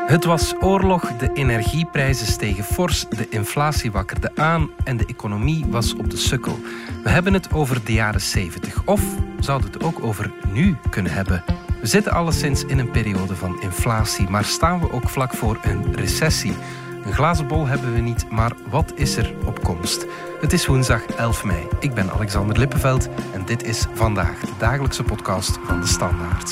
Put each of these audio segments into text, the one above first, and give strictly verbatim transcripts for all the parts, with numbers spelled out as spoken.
Het was oorlog, de energieprijzen stegen fors, de inflatie wakkerde aan en de economie was op de sukkel. We hebben het over de jaren zeventig. Of zouden we het ook over nu kunnen hebben? We zitten alleszins in een periode van inflatie, maar staan we ook vlak voor een recessie? Een glazen bol hebben we niet, maar wat is er op komst? Het is woensdag elf mei. Ik ben Alexander Lippenveld en dit is Vandaag, de dagelijkse podcast van De Standaard.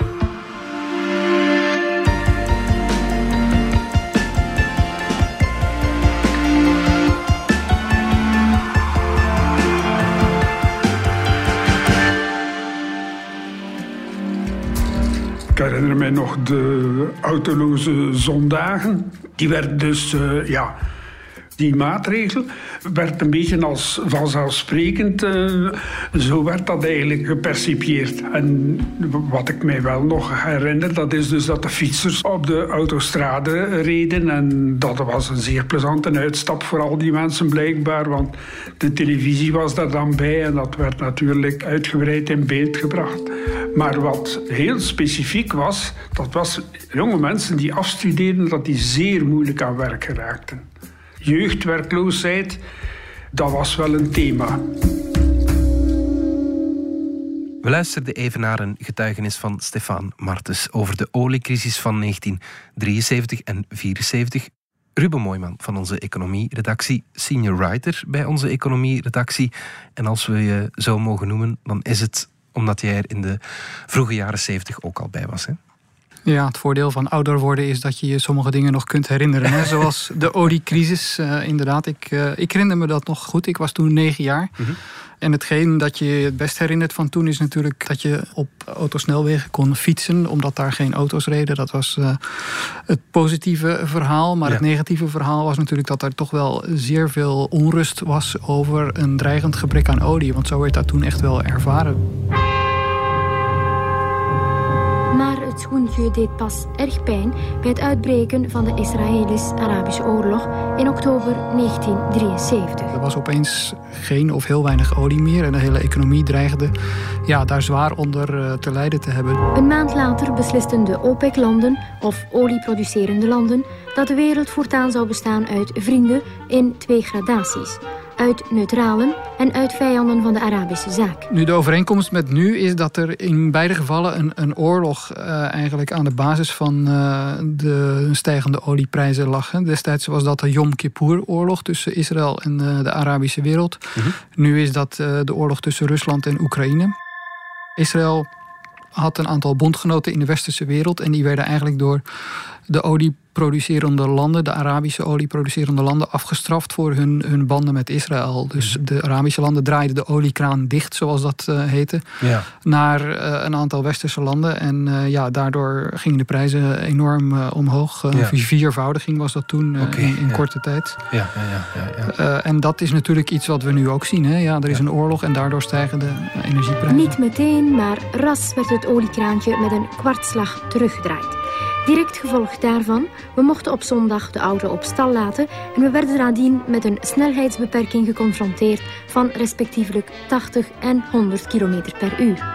Ik herinner mij nog de autoloze zondagen. Die werden dus, uh, ja, die maatregel werd een beetje als vanzelfsprekend. Uh, zo werd dat eigenlijk gepercipieerd. En wat ik mij wel nog herinner, dat is dus dat de fietsers op de autostrade reden. En dat was een zeer plezante uitstap voor al die mensen blijkbaar. Want de televisie was daar dan bij en dat werd natuurlijk uitgebreid in beeld gebracht. Maar wat heel specifiek was, dat was jonge mensen die afstudeerden, dat die zeer moeilijk aan werk geraakten. Jeugdwerkloosheid, dat was wel een thema. We luisterden even naar een getuigenis van Stefan Martens over de oliecrisis van negentien drieënzeventig en vierenzeventig. Ruben Mooijman van onze economie-redactie, senior writer bij onze economie-redactie. En als we je zo mogen noemen, dan is het omdat jij er in de vroege jaren zeventig ook al bij was, hè? Ja, het voordeel van ouder worden is dat je je sommige dingen nog kunt herinneren. Hè? Zoals de oliecrisis, uh, inderdaad. Ik, uh, ik herinner me dat nog goed. Ik was toen negen jaar. Mm-hmm. En hetgeen dat je het best herinnert van toen is natuurlijk dat je op autosnelwegen kon fietsen, omdat daar geen auto's reden. Dat was uh, het positieve verhaal. Maar ja. Het negatieve verhaal was natuurlijk dat er toch wel zeer veel onrust was over een dreigend gebrek aan olie. Want zo werd dat toen echt wel ervaren. Maar het schoentje deed pas erg pijn bij het uitbreken van de Israëlisch-Arabische oorlog in oktober negentien drieënzeventig. Er was opeens geen of heel weinig olie meer en de hele economie dreigde ja, daar zwaar onder uh, te lijden te hebben. Een maand later beslisten de OPEC-landen, of olieproducerende landen, dat de wereld voortaan zou bestaan uit vrienden in twee gradaties. Uit neutralen en uit vijanden van de Arabische zaak. Nu, de overeenkomst met nu is dat er in beide gevallen een, een oorlog uh, eigenlijk aan de basis van uh, de stijgende olieprijzen lag. Destijds was dat de Yom Kippur-oorlog tussen Israël en uh, de Arabische wereld. Mm-hmm. Nu is dat uh, de oorlog tussen Rusland en Oekraïne. Israël had een aantal bondgenoten in de westerse wereld en die werden eigenlijk door de olieproducerende landen, de Arabische olieproducerende landen, afgestraft voor hun, hun banden met Israël. Dus de Arabische landen draaiden de oliekraan dicht, zoals dat uh, heette, ja. naar uh, een aantal westerse landen. En uh, ja, daardoor gingen de prijzen enorm uh, omhoog. Uh, ja. Viervoudiging was dat toen uh, okay, in, in ja. korte tijd. Ja, ja, ja, ja, ja. Uh, en dat is natuurlijk iets wat we nu ook zien. Hè? Ja, er is ja. een oorlog en daardoor stijgen de uh, energieprijzen. Niet meteen, maar ras werd het oliekraantje met een kwartslag teruggedraaid. Direct gevolg daarvan, we mochten op zondag de auto op stal laten en we werden nadien met een snelheidsbeperking geconfronteerd van respectievelijk tachtig en honderd kilometer per uur.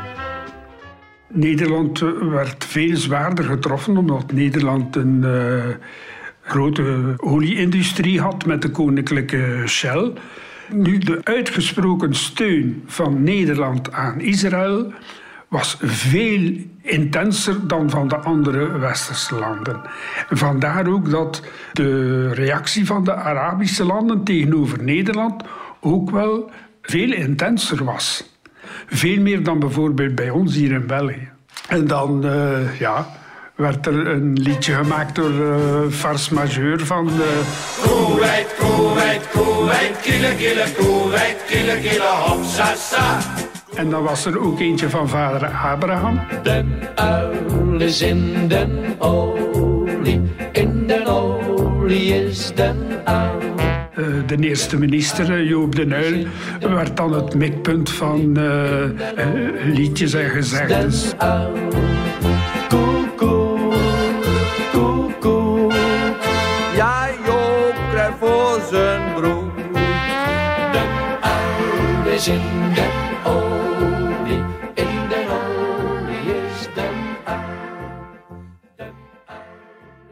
Nederland werd veel zwaarder getroffen omdat Nederland een uh, grote olie-industrie had met de koninklijke Shell. Nu, de uitgesproken steun van Nederland aan Israël was veel intenser dan van de andere westerse landen. Vandaar ook dat de reactie van de Arabische landen tegenover Nederland ook wel veel intenser was. Veel meer dan bijvoorbeeld bij ons hier in België. En dan, uh, ja, werd er een liedje gemaakt door uh, Fars Majeur van de Kuwait, Kuwait, Kuwait, kille, kille, Kuwait, kille, kille, hopsasa. En dan was er ook eentje van vader Abraham. Den uil is in den olie, in den olie is den uil. Uh, de eerste minister, Joop den Uyl, werd dan het mikpunt van uh, uh, liedjes en gezegdes. Koekoek, koekoek. Ja, Joop krijgt voor zijn broek. Den uil is in den olie, in den olie is den uil.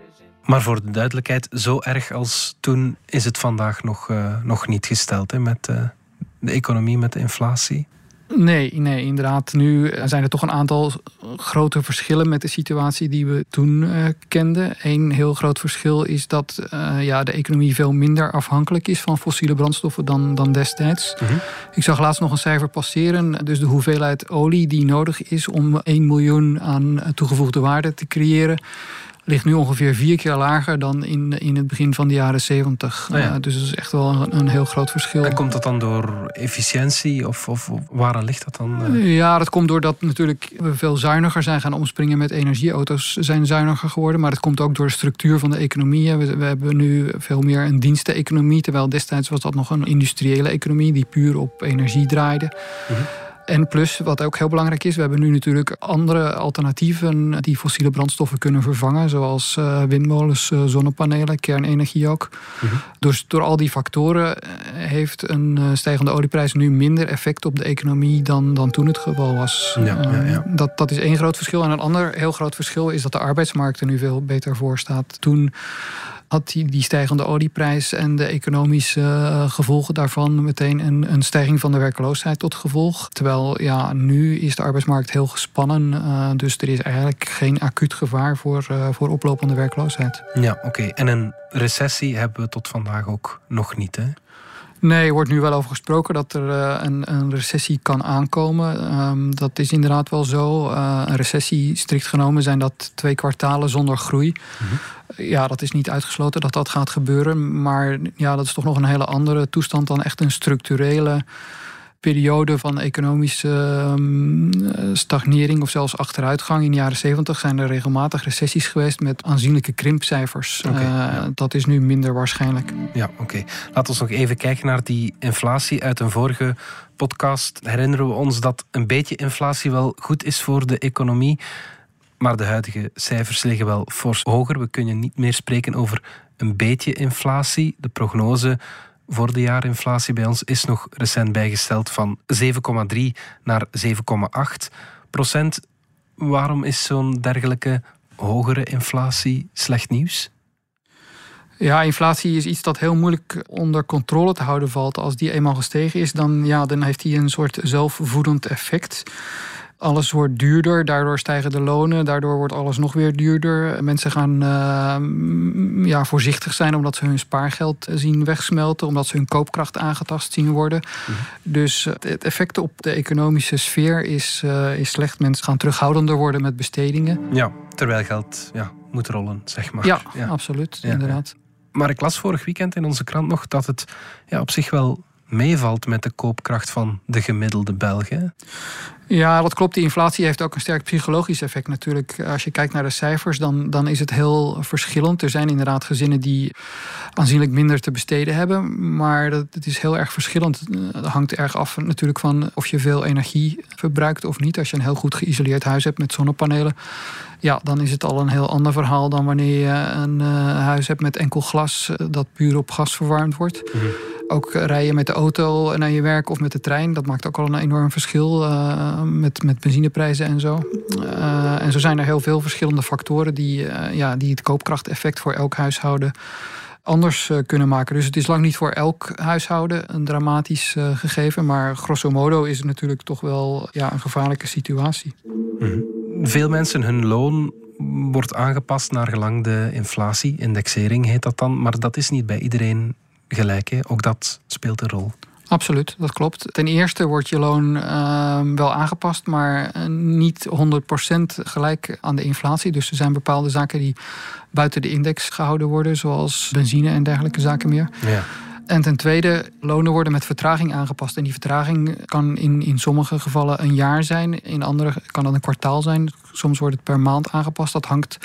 Maar voor de duidelijkheid, zo erg als toen is het vandaag nog, uh, nog niet gesteld, hè, met uh, de economie, met de inflatie. Nee, nee, inderdaad. Nu zijn er toch een aantal grote verschillen met de situatie die we toen uh, kenden. Eén heel groot verschil is dat uh, ja, de economie veel minder afhankelijk is van fossiele brandstoffen dan, dan destijds. Mm-hmm. Ik zag laatst nog een cijfer passeren. Dus de hoeveelheid olie die nodig is om één miljoen aan toegevoegde waarde te creëren, ligt nu ongeveer vier keer lager dan in, in het begin van de jaren zeventig. Oh ja. uh, dus dat is echt wel een, een heel groot verschil. En komt dat dan door efficiëntie of, of waar ligt dat dan? Uh? Ja, dat komt doordat natuurlijk we veel zuiniger zijn gaan omspringen met energieauto's zijn zuiniger geworden. Maar dat komt ook door de structuur van de economie. We, we hebben nu veel meer een diensteneconomie, terwijl destijds was dat nog een industriële economie die puur op energie draaide. Mm-hmm. En plus, wat ook heel belangrijk is, we hebben nu natuurlijk andere alternatieven die fossiele brandstoffen kunnen vervangen, zoals uh, windmolens, uh, zonnepanelen, kernenergie ook. Mm-hmm. Dus door al die factoren heeft een uh, stijgende olieprijs nu minder effect op de economie dan, dan toen het geval was. Ja, uh, ja, ja. Dat, dat is één groot verschil. En een ander heel groot verschil is dat de arbeidsmarkt er nu veel beter voor staat. Toen had die, die stijgende olieprijs en de economische uh, gevolgen daarvan meteen een, een stijging van de werkloosheid tot gevolg. Terwijl ja, nu is de arbeidsmarkt heel gespannen. Uh, dus er is eigenlijk geen acuut gevaar voor, uh, voor oplopende werkloosheid. Ja, oké. Okay. En een recessie hebben we tot vandaag ook nog niet, hè? Nee, er wordt nu wel over gesproken dat er uh, een, een recessie kan aankomen. Um, dat is inderdaad wel zo. Uh, een recessie, strikt genomen, zijn dat twee kwartalen zonder groei. Mm-hmm. Ja, dat is niet uitgesloten dat dat gaat gebeuren. Maar ja, dat is toch nog een hele andere toestand dan echt een structurele periode van economische um, stagnering of zelfs achteruitgang. In de jaren zeventig zijn er regelmatig recessies geweest met aanzienlijke krimpcijfers. Okay, uh, ja. Dat is nu minder waarschijnlijk. Ja, oké. Okay. Laten we nog even kijken naar die inflatie uit een vorige podcast. Herinneren we ons dat een beetje inflatie wel goed is voor de economie, maar de huidige cijfers liggen wel fors hoger. We kunnen niet meer spreken over een beetje inflatie. De prognose voor de jaarinflatie bij ons is nog recent bijgesteld van zeven komma drie naar zeven komma acht procent. Waarom is zo'n dergelijke hogere inflatie slecht nieuws? Ja, inflatie is iets dat heel moeilijk onder controle te houden valt. Als die eenmaal gestegen is, dan, ja, dan heeft die een soort zelfvoedend effect. Alles wordt duurder, daardoor stijgen de lonen, daardoor wordt alles nog weer duurder. Mensen gaan uh, ja, voorzichtig zijn omdat ze hun spaargeld zien wegsmelten, omdat ze hun koopkracht aangetast zien worden. Mm-hmm. Dus het effect op de economische sfeer is, uh, is slecht. Mensen gaan terughoudender worden met bestedingen. Ja, terwijl geld ja, moet rollen, zeg maar. Ja, ja. absoluut, ja, inderdaad. Ja. Maar ik las vorig weekend in onze krant nog dat het ja, op zich wel meevalt met de koopkracht van de gemiddelde Belg. Hè? Ja, dat klopt. Die inflatie heeft ook een sterk psychologisch effect natuurlijk. Als je kijkt naar de cijfers, dan, dan is het heel verschillend. Er zijn inderdaad gezinnen die aanzienlijk minder te besteden hebben. Maar dat, het is heel erg verschillend. Het hangt erg af natuurlijk van of je veel energie verbruikt of niet. Als je een heel goed geïsoleerd huis hebt met zonnepanelen, ja, dan is het al een heel ander verhaal dan wanneer je een uh, huis hebt met enkel glas dat puur op gas verwarmd wordt. Mm-hmm. Ook rijden met de auto naar je werk of met de trein, dat maakt ook al een enorm verschil uh, met, met benzineprijzen en zo. Uh, en zo zijn er heel veel verschillende factoren die, uh, ja, die het koopkrachteffect voor elk huishouden anders uh, kunnen maken. Dus het is lang niet voor elk huishouden een dramatisch uh, gegeven, maar grosso modo is het natuurlijk toch wel ja, een gevaarlijke situatie. Mm-hmm. Veel mensen, hun loon wordt aangepast naar gelang de inflatie. Indexering heet dat dan, maar dat is niet bij iedereen gelijk. Hè? Ook dat speelt een rol. Absoluut, dat klopt. Ten eerste wordt je loon uh, wel aangepast, maar niet honderd procent gelijk aan de inflatie. Dus er zijn bepaalde zaken die buiten de index gehouden worden, zoals benzine en dergelijke zaken meer. Ja. En ten tweede, lonen worden met vertraging aangepast. En die vertraging kan in, in sommige gevallen een jaar zijn. In andere kan dat een kwartaal zijn. Soms wordt het per maand aangepast. Dat hangt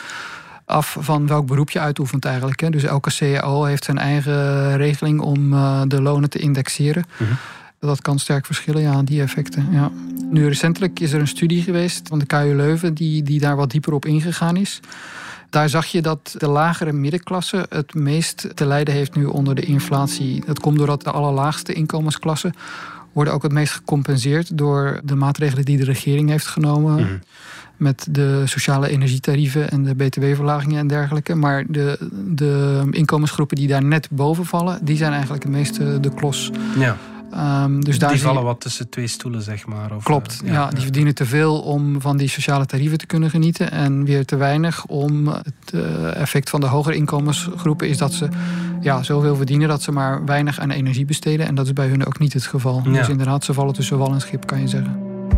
af van welk beroep je uitoefent eigenlijk. Hè. Dus elke C A O heeft zijn eigen regeling om uh, de lonen te indexeren. Mm-hmm. Dat kan sterk verschillen, ja, die effecten. Ja. Nu recentelijk is er een studie geweest van de K U Leuven die, die daar wat dieper op ingegaan is. Daar zag je dat de lagere middenklasse het meest te lijden heeft nu onder de inflatie. Dat komt doordat de allerlaagste inkomensklasse worden ook het meest gecompenseerd door de maatregelen die de regering heeft genomen. Mm. Met de sociale energietarieven en de B T W-verlagingen en dergelijke. Maar de, de inkomensgroepen die daar net boven vallen, die zijn eigenlijk het meeste de klos. Ja. Um, dus daar die zie vallen je... wat tussen twee stoelen, zeg maar. Of, Klopt, uh, ja, ja, die ja. verdienen te veel om van die sociale tarieven te kunnen genieten. En weer te weinig om het uh, effect van de hogere inkomensgroepen is dat ze ja, zoveel verdienen dat ze maar weinig aan energie besteden. En dat is bij hun ook niet het geval. Ja. Dus inderdaad, ze vallen tussen wal en schip, kan je zeggen.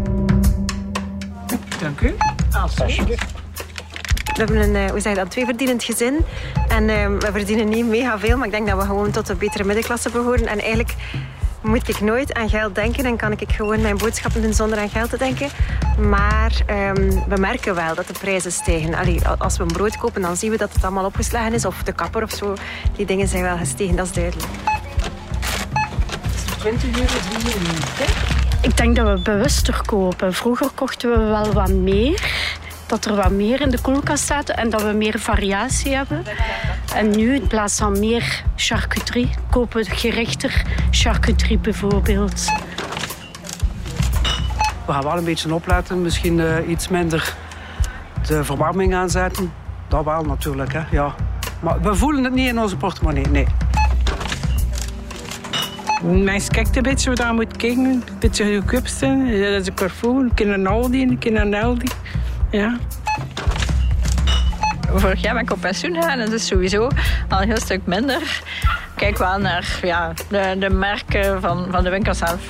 Dank u. Alsjeblieft. We hebben een, hoe zeg je dat, tweeverdienend gezin. En uh, we verdienen niet mega veel, maar ik denk dat we gewoon tot de betere middenklasse behoren. En eigenlijk moet ik nooit aan geld denken en kan ik gewoon mijn boodschappen doen zonder aan geld te denken. Maar um, we merken wel dat de prijzen stijgen. Allee, als we een brood kopen, dan zien we dat het allemaal opgeslagen is. Of de kapper of zo. Die dingen zijn wel gestegen, dat is duidelijk. twintig euro, drie euro. Ik denk dat we bewuster kopen. Vroeger kochten we wel wat meer. Dat er wat meer in de koelkast staat en dat we meer variatie hebben. En nu, in plaats van meer charcuterie, kopen we gerichter charcuterie bijvoorbeeld. We gaan wel een beetje opletten. Misschien uh, iets minder de verwarming aanzetten. Dat wel natuurlijk, hè. Ja. Maar we voelen het niet in onze portemonnee, nee. Mensen kijkt een beetje wat daar moet kijken. Een beetje goedkoop zijn. Dat is een Carrefour, een keer een Aldi, een keer een Aldi. Ja. Vorig jaar ben ik op pensioen gegaan en dat is sowieso al een heel stuk minder. Kijk wel naar ja, de, de merken van, van de winkel zelf.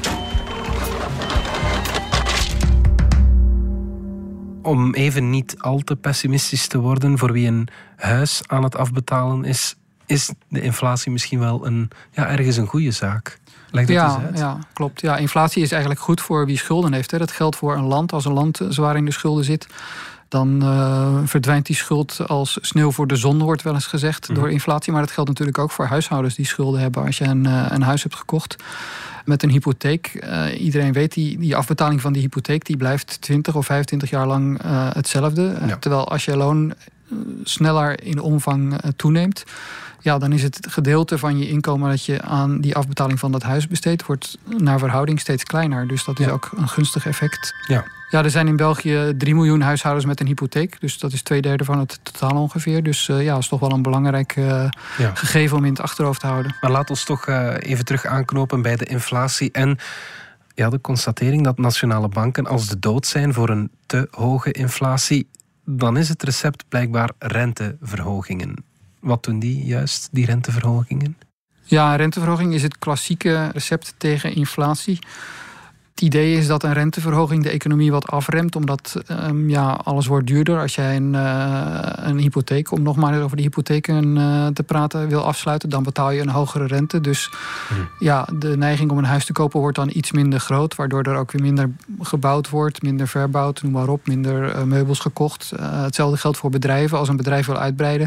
Om even niet al te pessimistisch te worden, voor wie een huis aan het afbetalen is, is de inflatie misschien wel een, ja, ergens een goede zaak. Leg dat ja, eens uit. Ja, klopt. Ja, inflatie is eigenlijk goed voor wie schulden heeft. Hè. Dat geldt voor een land. Als een land zwaar in de schulden zit, dan uh, verdwijnt die schuld als sneeuw voor de zon, wordt wel eens gezegd, mm. door inflatie. Maar dat geldt natuurlijk ook voor huishoudens die schulden hebben. Als je een, uh, een huis hebt gekocht met een hypotheek. Uh, iedereen weet, die, die afbetaling van die hypotheek die blijft twintig of vijfentwintig jaar lang uh, hetzelfde. Ja. Terwijl als je loon uh, sneller in omvang uh, toeneemt, ja, dan is het gedeelte van je inkomen dat je aan die afbetaling van dat huis besteedt, wordt naar verhouding steeds kleiner. Dus dat is ja. ook een gunstig effect. Ja. Ja, er zijn in België drie miljoen huishoudens met een hypotheek. Dus dat is twee derde van het totaal ongeveer. Dus uh, ja, dat is toch wel een belangrijk uh, ja. gegeven om in het achterhoofd te houden. Maar laat ons toch uh, even terug aanknopen bij de inflatie en ja, de constatering dat nationale banken als de dood zijn voor een te hoge inflatie. Dan is het recept blijkbaar renteverhogingen. Wat doen die juist, die renteverhogingen? Ja, renteverhoging is het klassieke recept tegen inflatie. Het idee is dat een renteverhoging de economie wat afremt, omdat um, ja, alles wordt duurder. Als jij een, uh, een hypotheek, om nog maar over die hypotheken uh, te praten, wil afsluiten, dan betaal je een hogere rente. Dus hmm. ja, de neiging om een huis te kopen wordt dan iets minder groot, waardoor er ook weer minder gebouwd wordt, minder verbouwd, noem maar op, minder uh, meubels gekocht. Uh, hetzelfde geldt voor bedrijven. Als een bedrijf wil uitbreiden,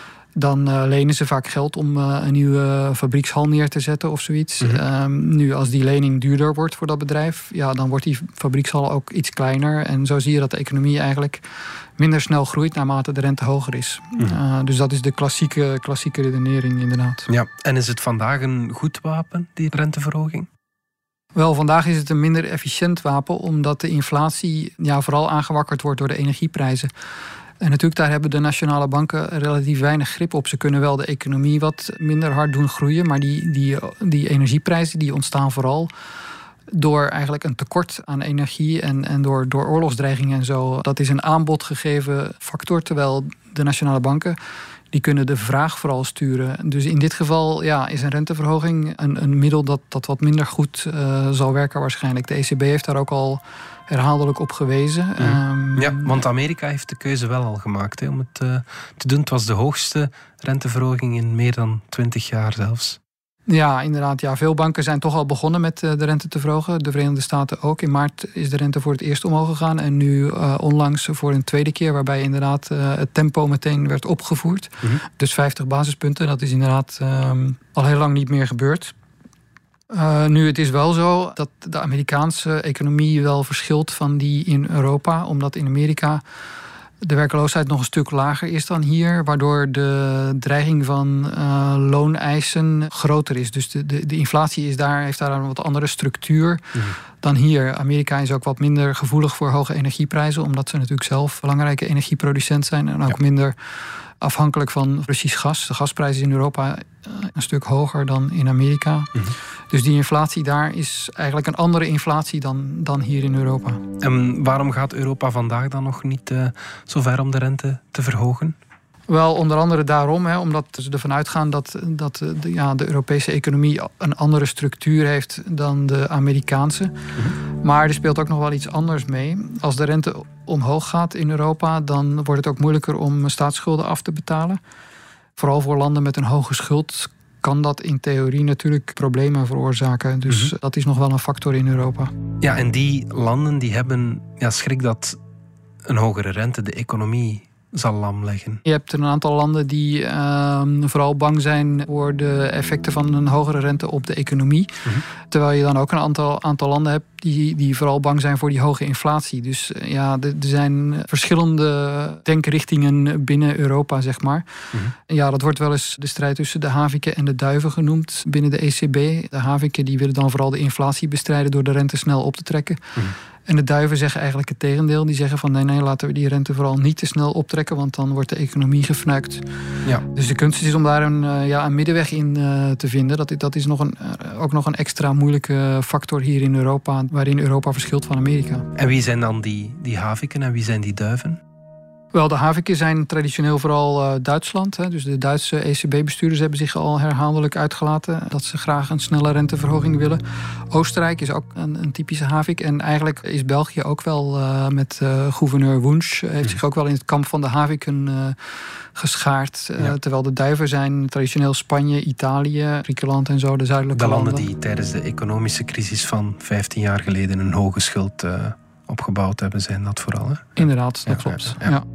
dan uh, lenen ze vaak geld om uh, een nieuwe fabriekshal neer te zetten of zoiets. Mm-hmm. Um, nu, als die lening duurder wordt voor dat bedrijf, ja, dan wordt die fabriekshal ook iets kleiner. En zo zie je dat de economie eigenlijk minder snel groeit naarmate de rente hoger is. Mm-hmm. Uh, dus dat is de klassieke, klassieke redenering inderdaad. Ja. En is het vandaag een goed wapen, die renteverhoging? Wel, vandaag is het een minder efficiënt wapen, omdat de inflatie ja, vooral aangewakkerd wordt door de energieprijzen. En natuurlijk, daar hebben de nationale banken relatief weinig grip op. Ze kunnen wel de economie wat minder hard doen groeien, maar die, die, die energieprijzen die ontstaan vooral door eigenlijk een tekort aan energie en, en door, door oorlogsdreigingen en zo. Dat is een aanbodgegeven factor, terwijl de nationale banken die kunnen de vraag vooral sturen. Dus in dit geval ja, is een renteverhoging een, een middel dat, dat wat minder goed uh, zal werken waarschijnlijk. De E C B heeft daar ook al herhaaldelijk op gewezen. Mm. Um, ja, want Amerika heeft de keuze wel al gemaakt hè, om het uh, te doen. Het was de hoogste renteverhoging in meer dan twintig jaar zelfs. Ja, inderdaad. Ja. Veel banken zijn toch al begonnen met de rente te verhogen. De Verenigde Staten ook. In maart is de rente voor het eerst omhoog gegaan. En nu uh, onlangs voor een tweede keer, waarbij inderdaad uh, het tempo meteen werd opgevoerd. Mm-hmm. Dus vijftig basispunten, dat is inderdaad um, al heel lang niet meer gebeurd. Uh, nu, het is wel zo dat de Amerikaanse economie wel verschilt van die in Europa. Omdat in Amerika de werkloosheid nog een stuk lager is dan hier, waardoor de dreiging van uh, looneisen groter is. Dus de, de, de inflatie is daar, heeft daar een wat andere structuur mm. dan hier. Amerika is ook wat minder gevoelig voor hoge energieprijzen, omdat ze natuurlijk zelf belangrijke energieproducent zijn en ook ja. minder afhankelijk van Russisch gas. De gasprijs is in Europa een stuk hoger dan in Amerika. Mm-hmm. Dus die inflatie daar is eigenlijk een andere inflatie dan, dan hier in Europa. En waarom gaat Europa vandaag dan nog niet uh, zo ver om de rente te verhogen? Wel, onder andere daarom, hè, omdat ze ervan uitgaan dat, dat de, ja, de Europese economie een andere structuur heeft dan de Amerikaanse. Mm-hmm. Maar er speelt ook nog wel iets anders mee. Als de rente omhoog gaat in Europa, dan wordt het ook moeilijker om staatsschulden af te betalen. Vooral voor landen met een hoge schuld kan dat in theorie natuurlijk problemen veroorzaken. Dus mm-hmm. dat is nog wel een factor in Europa. Ja, en die landen die hebben ja, schrik dat een hogere rente de economie zal lam leggen. Je hebt een aantal landen die uh, vooral bang zijn voor de effecten van een hogere rente op de economie. Mm-hmm. Terwijl je dan ook een aantal, aantal landen hebt die, die vooral bang zijn voor die hoge inflatie. Dus uh, ja, er zijn verschillende denkrichtingen binnen Europa, zeg maar. Mm-hmm. Ja, dat wordt wel eens de strijd tussen de haviken en de duiven genoemd binnen de E C B. De haviken die willen dan vooral de inflatie bestrijden door de rente snel op te trekken. Mm-hmm. En de duiven zeggen eigenlijk het tegendeel. Die zeggen van nee, nee, laten we die rente vooral niet te snel optrekken, want dan wordt de economie gefnuikt. Ja. Dus de kunst is om daar een, uh, ja, een middenweg in uh, te vinden. Dat, dat is nog een, uh, ook nog een extra moeilijke factor hier in Europa, waarin Europa verschilt van Amerika. En wie zijn dan die, die haviken en wie zijn die duiven? Wel, de haviken zijn traditioneel vooral uh, Duitsland. Hè. Dus de Duitse E C B-bestuurders hebben zich al herhaaldelijk uitgelaten dat ze graag een snelle renteverhoging willen. Oostenrijk is ook een, een typische havik. En eigenlijk is België ook wel uh, met uh, gouverneur Wunsch heeft zich ook wel in het kamp van de haviken uh, geschaard. Uh, ja. Terwijl de duiven zijn traditioneel Spanje, Italië, Griekenland en zo, de zuidelijke de landen. landen. Die tijdens de economische crisis van vijftien jaar geleden een hoge schuld uh, opgebouwd hebben, zijn dat vooral. Hè? Inderdaad, dat ja, klopt. Ja, ja. Ja.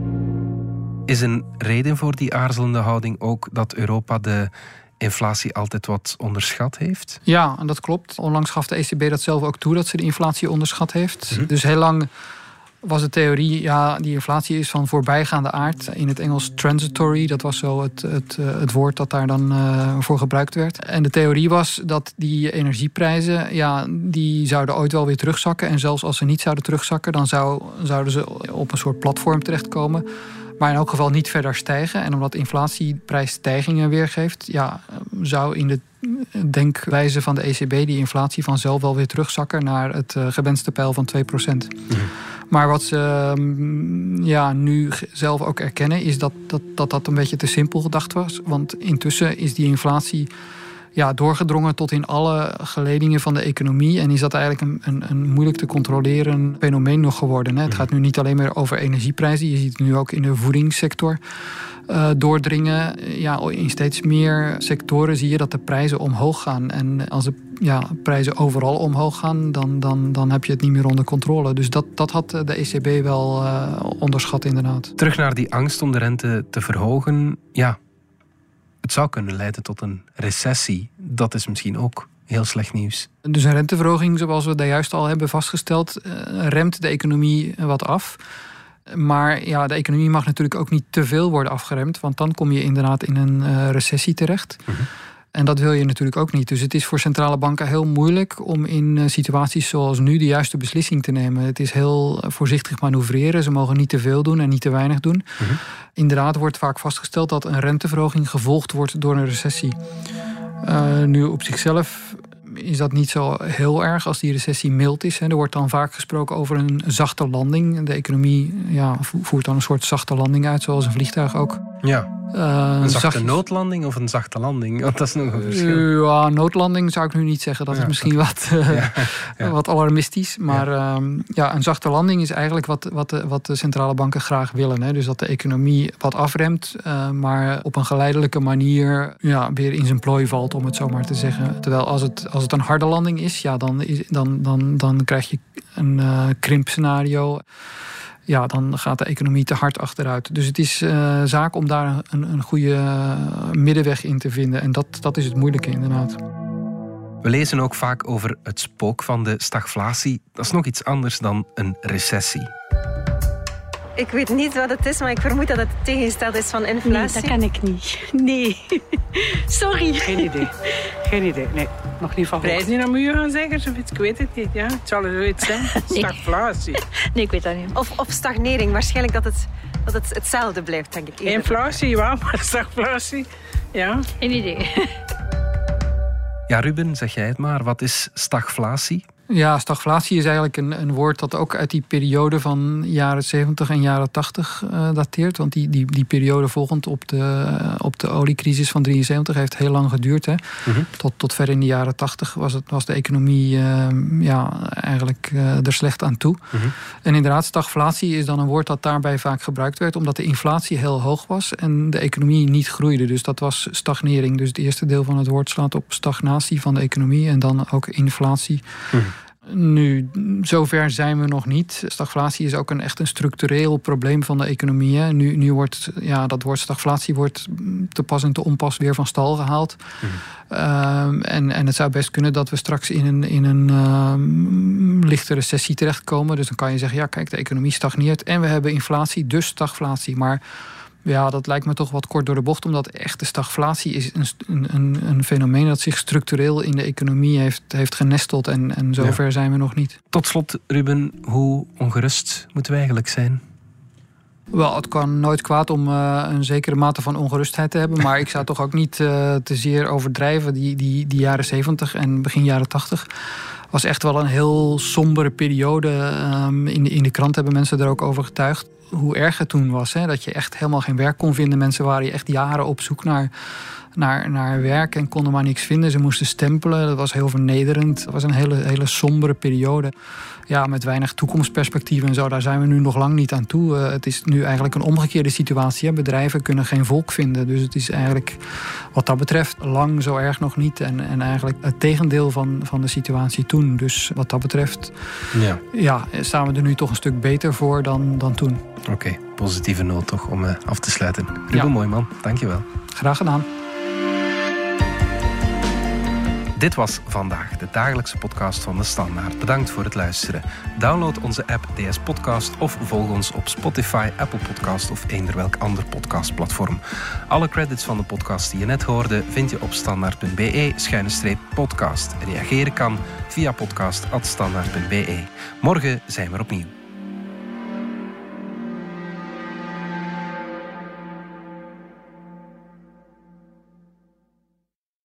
Is een reden voor die aarzelende houding ook dat Europa de inflatie altijd wat onderschat heeft? Ja, en dat klopt. Onlangs gaf de E C B dat zelf ook toe, dat ze de inflatie onderschat heeft. Mm-hmm. Dus heel lang was de theorie, ja, die inflatie is van voorbijgaande aard. In het Engels transitory, dat was zo het, het, het woord dat daar dan uh, voor gebruikt werd. En de theorie was dat die energieprijzen, ja, die zouden ooit wel weer terugzakken. En zelfs als ze niet zouden terugzakken, dan zou, zouden ze op een soort platform terechtkomen. Maar in elk geval niet verder stijgen. En omdat inflatieprijsstijgingen weergeeft, ja, zou in de denkwijze van de E C B die inflatie vanzelf wel weer terugzakken naar het uh, gewenste peil van twee procent. Mm. Maar wat ze um, ja, nu zelf ook erkennen, is dat dat, dat dat een beetje te simpel gedacht was. Want intussen is die inflatie ja, doorgedrongen tot in alle geledingen van de economie. En is dat eigenlijk een, een, een moeilijk te controleren fenomeen nog geworden. Hè? Het gaat nu niet alleen meer over energieprijzen. Je ziet het nu ook in de voedingssector uh, doordringen. Ja, in steeds meer sectoren zie je dat de prijzen omhoog gaan. En als de ja, prijzen overal omhoog gaan, dan, dan, dan heb je het niet meer onder controle. Dus dat, dat had de E C B wel uh, onderschat inderdaad. Terug naar die angst om de rente te verhogen. Ja, het zou kunnen leiden tot een recessie. Dat is misschien ook heel slecht nieuws. Dus een renteverhoging, zoals we daar juist al hebben vastgesteld, remt de economie wat af. Maar ja, de economie mag natuurlijk ook niet te veel worden afgeremd, want dan kom je inderdaad in een uh, recessie terecht. Mm-hmm. En dat wil je natuurlijk ook niet. Dus het is voor centrale banken heel moeilijk om in situaties zoals nu de juiste beslissing te nemen. Het is heel voorzichtig manoeuvreren. Ze mogen niet te veel doen en niet te weinig doen. Mm-hmm. Inderdaad wordt vaak vastgesteld dat een renteverhoging gevolgd wordt door een recessie. Uh, nu op zichzelf is dat niet zo heel erg als die recessie mild is. Er wordt dan vaak gesproken over een zachte landing. De economie ja, voert dan een soort zachte landing uit, zoals een vliegtuig ook. Ja. Uh, een zachte zachtjes. noodlanding of een zachte landing? Want dat is nog een verschil. Uh, ja, noodlanding zou ik nu niet zeggen. Dat ja, is misschien okay. wat, uh, ja, ja. wat alarmistisch. Maar ja. Uh, ja, een zachte landing is eigenlijk wat, wat, de, wat de centrale banken graag willen. Hè. Dus dat de economie wat afremt, uh, maar op een geleidelijke manier ja, weer in zijn plooi valt, om het zo maar te zeggen. Terwijl als het, als het een harde landing is, ja, dan, is, dan, dan, dan krijg je een uh, krimpscenario. Ja, dan gaat de economie te hard achteruit. Dus het is uh, zaak om daar een, een goede uh, middenweg in te vinden. En dat, dat is het moeilijke inderdaad. We lezen ook vaak over het spook van de stagflatie. Dat is nog iets anders dan een recessie. Ik weet niet wat het is, maar ik vermoed dat het het tegengestelde is van inflatie. Nee, dat ken ik niet. Nee. Sorry. Geen idee. Geen idee. Nee, nog niet van. Prijs niet naar muur gaan zeggen, zoiets. Ik weet het niet. Ja, het zal er zoiets zijn. Stagflatie. Nee, ik weet dat niet. Of, of stagnering. Waarschijnlijk dat het, dat het hetzelfde blijft, denk ik. Inflatie, ja, maar stagflatie. Ja. Geen idee. Ja, Ruben, zeg jij het maar. Wat is stagflatie? Ja, stagflatie is eigenlijk een, een woord dat ook uit die periode van jaren zeventig en jaren tachtig uh, dateert. Want die, die, die periode volgend op de, op de oliecrisis van drieënzeventig heeft heel lang geduurd. Hè. Mm-hmm. Tot, tot ver in de jaren tachtig was, het, was de economie uh, ja, eigenlijk uh, er slecht aan toe. Mm-hmm. En inderdaad, stagflatie is dan een woord dat daarbij vaak gebruikt werd, omdat de inflatie heel hoog was en de economie niet groeide. Dus dat was stagnering. Dus het eerste deel van het woord slaat op stagnatie van de economie en dan ook inflatie. Mm-hmm. Nu, zover zijn we nog niet. Stagflatie is ook een, echt een structureel probleem van de economie. Hè. Nu, nu wordt ja, dat woord stagflatie wordt te pas en te onpas weer van stal gehaald. Mm. Um, en, en het zou best kunnen dat we straks in een, in een um, lichte recessie terechtkomen. Dus dan kan je zeggen, ja kijk, de economie stagneert en we hebben inflatie, dus stagflatie. Maar ja, dat lijkt me toch wat kort door de bocht, omdat echte stagflatie is een, een, een fenomeen dat zich structureel in de economie heeft, heeft genesteld. En, en zover ja. zijn we nog niet. Tot slot, Ruben, hoe ongerust moeten we eigenlijk zijn? Wel, het kan nooit kwaad om uh, een zekere mate van ongerustheid te hebben. Maar ik zou toch ook niet uh, te zeer overdrijven. Die, die, die jaren zeventig en begin jaren tachtig was echt wel een heel sombere periode. Um, in, de, in de krant hebben mensen er ook over getuigd hoe erg het toen was. Hè? Dat je echt helemaal geen werk kon vinden. Mensen waren echt jaren op zoek naar, naar, naar werk en konden maar niks vinden. Ze moesten stempelen. Dat was heel vernederend. Dat was een hele, hele sombere periode. Ja, met weinig toekomstperspectieven en zo. Daar zijn we nu nog lang niet aan toe. Uh, het is nu eigenlijk een omgekeerde situatie. Hè? Bedrijven kunnen geen volk vinden. Dus het is eigenlijk wat dat betreft lang zo erg nog niet. En, en eigenlijk het tegendeel van, van de situatie toen. Dus wat dat betreft ja. Ja, staan we er nu toch een stuk beter voor dan, dan toen. Oké, okay, positieve noot toch om uh, af te sluiten. Ruben ja. Mooi dankjewel. Graag gedaan. Dit was Vandaag, de dagelijkse podcast van De Standaard. Bedankt voor het luisteren. Download onze app D S Podcast of volg ons op Spotify, Apple Podcast of eender welk ander podcastplatform. Alle credits van de podcast die je net hoorde vind je op standaard.be schuine streep podcast. Reageren kan via podcast at standaard punt be. Morgen zijn we er opnieuw.